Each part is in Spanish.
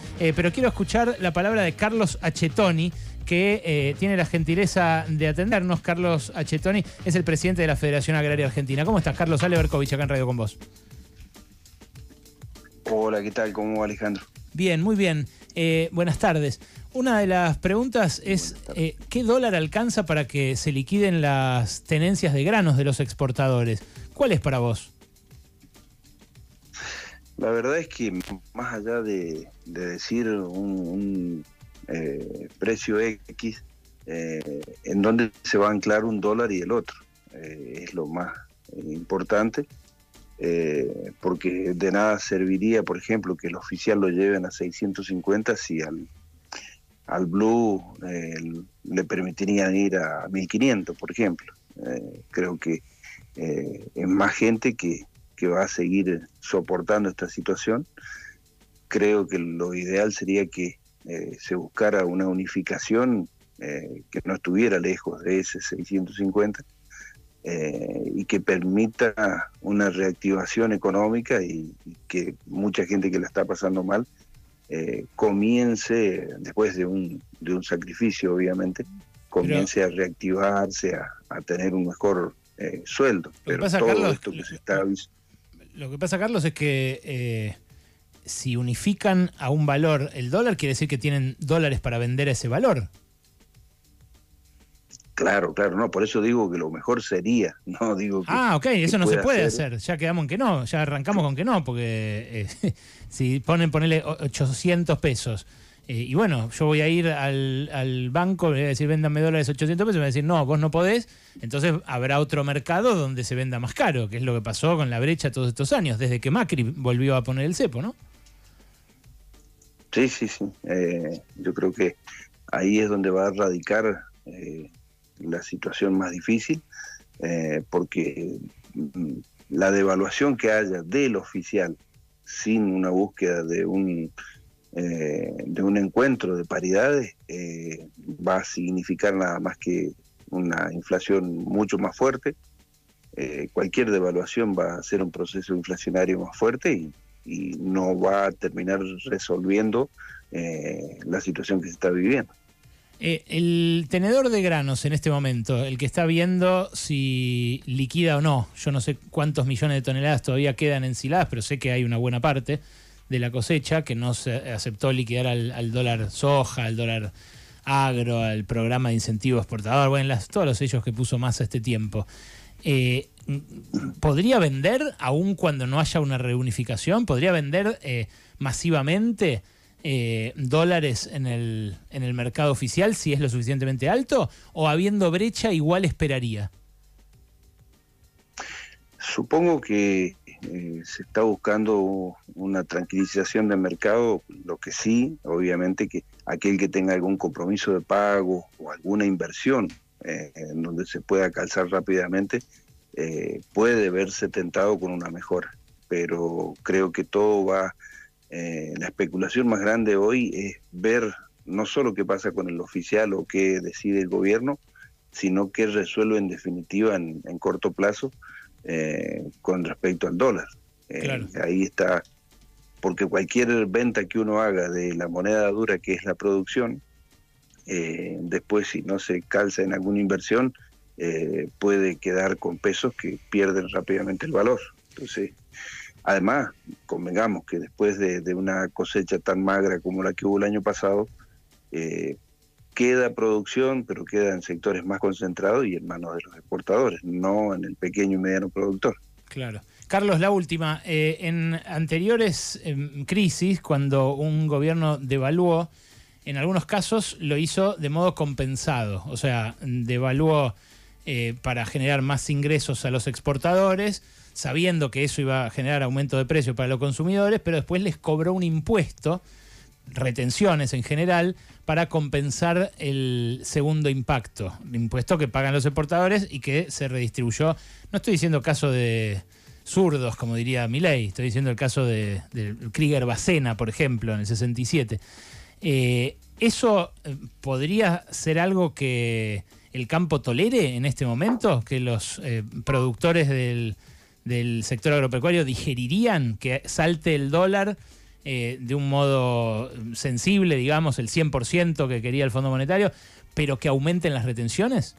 pero quiero escuchar la palabra de Carlos Achetoni, que tiene la gentileza de atendernos. Carlos Achetoni es el presidente de la Federación Agraria Argentina. ¿Cómo estás, Carlos? Ale Berkovich, acá en Radio con vos. Hola, ¿qué tal? ¿Cómo va, Alejandro? Bien, muy bien. Buenas tardes. Una de las preguntas es, ¿qué dólar alcanza para que se liquiden las tenencias de granos de los exportadores? ¿Cuál es para vos? La verdad es que más allá de decir un precio X, en donde se va a anclar un dólar y el otro, es lo más importante, porque de nada serviría, por ejemplo, que el oficial lo lleven a 650 si al Blue le permitirían ir a 1500, por ejemplo. Creo que es más gente que va a seguir soportando esta situación. Creo que lo ideal sería que se buscara una unificación que no estuviera lejos de ese 650 y que permita una reactivación económica y que mucha gente que la está pasando mal comience, después de un sacrificio obviamente, comience a reactivarse, a tener un mejor sueldo. Pero todo Carlos, esto que se está... Lo que pasa, Carlos, es que si unifican a un valor el dólar, quiere decir que tienen dólares para vender a ese valor. Claro, no, por eso digo que lo mejor sería, no digo que... Ok, eso no se puede hacer, ya quedamos en que no, ya arrancamos con que no, porque si ponele 800 pesos, y bueno, yo voy a ir al banco, le voy a decir, véndame dólares 800 pesos, me va a decir, no, vos no podés, entonces habrá otro mercado donde se venda más caro, que es lo que pasó con la brecha todos estos años, desde que Macri volvió a poner el cepo, ¿no? Sí, yo creo que ahí es donde va a radicar la situación más difícil, porque la devaluación que haya del oficial sin una búsqueda de un encuentro de paridades va a significar nada más que una inflación mucho más fuerte. Cualquier devaluación va a ser un proceso inflacionario más fuerte y no va a terminar resolviendo la situación que se está viviendo. El tenedor de granos en este momento, el que está viendo si liquida o no, yo no sé cuántos millones de toneladas todavía quedan ensiladas, pero sé que hay una buena parte de la cosecha que no se aceptó liquidar al dólar soja, al dólar agro, al programa de incentivo exportador, bueno, todos los sellos que puso Massa este tiempo. ¿Podría vender aún cuando no haya una reunificación? ¿Podría vender masivamente dólares en el mercado oficial si es lo suficientemente alto? ¿O habiendo brecha igual esperaría? Supongo que se está buscando una tranquilización del mercado, lo que sí, obviamente, que aquel que tenga algún compromiso de pago o alguna inversión en donde se pueda calzar rápidamente, puede verse tentado con una mejora. Pero creo que todo va... la especulación más grande hoy es ver no solo qué pasa con el oficial o qué decide el gobierno, sino qué resuelve en definitiva en corto plazo con respecto al dólar. Claro. Ahí está, porque cualquier venta que uno haga de la moneda dura que es la producción, después si no se calza en alguna inversión, puede quedar con pesos que pierden rápidamente el valor. Entonces, además, convengamos que después de una cosecha tan magra como la que hubo el año pasado, queda producción, pero queda en sectores más concentrados y en manos de los exportadores, no en el pequeño y mediano productor. Claro. Carlos, la última. En anteriores crisis, cuando un gobierno devaluó, en algunos casos lo hizo de modo compensado, o sea, devaluó para generar más ingresos a los exportadores, sabiendo que eso iba a generar aumento de precio para los consumidores, pero después les cobró un impuesto, retenciones en general, para compensar el segundo impacto, el impuesto que pagan los exportadores y que se redistribuyó. No estoy diciendo caso de zurdos, como diría Milei, estoy diciendo el caso de Krieger-Bacena, por ejemplo, en el 67. ¿Eso podría ser algo que el campo tolere en este momento? ¿Que los productores del sector agropecuario digerirían que salte el dólar de un modo sensible, digamos, el 100% que quería el Fondo Monetario, pero que aumenten las retenciones?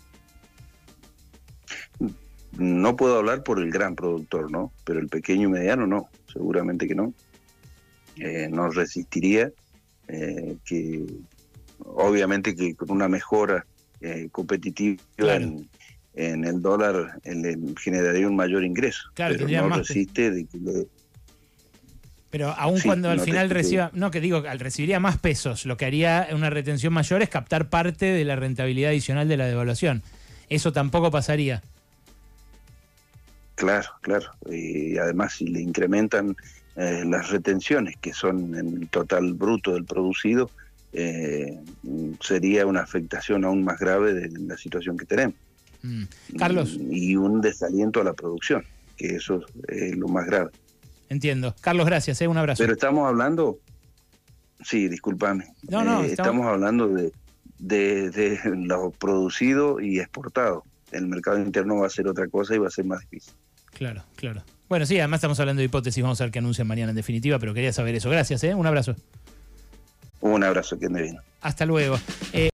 No puedo hablar por el gran productor, ¿no? Pero el pequeño y mediano no, seguramente que no. No resistiría, que obviamente que con una mejora competitiva claro, en el dólar le generaría un mayor ingreso, claro, pero tendría no más resiste de que pero aun sí, cuando al no final te- reciba, no, que digo, al recibiría más pesos, lo que haría una retención mayor es captar parte de la rentabilidad adicional de la devaluación. Eso tampoco pasaría. Claro, claro. Y además si le incrementan las retenciones, que son en el total bruto del producido, sería una afectación aún más grave de la situación que tenemos. Mm. Carlos, Y un desaliento a la producción, que eso es lo más grave. entiendo. Carlos, gracias, un abrazo. Pero estamos hablando, sí, discúlpame, No, estamos hablando de lo producido y exportado. El mercado interno va a ser otra cosa y va a ser más difícil. Claro, claro. Bueno, sí, además estamos hablando de hipótesis, vamos a ver qué anuncian mañana en definitiva, pero quería saber eso. Gracias, un abrazo. Un abrazo, que ande bien. Hasta luego.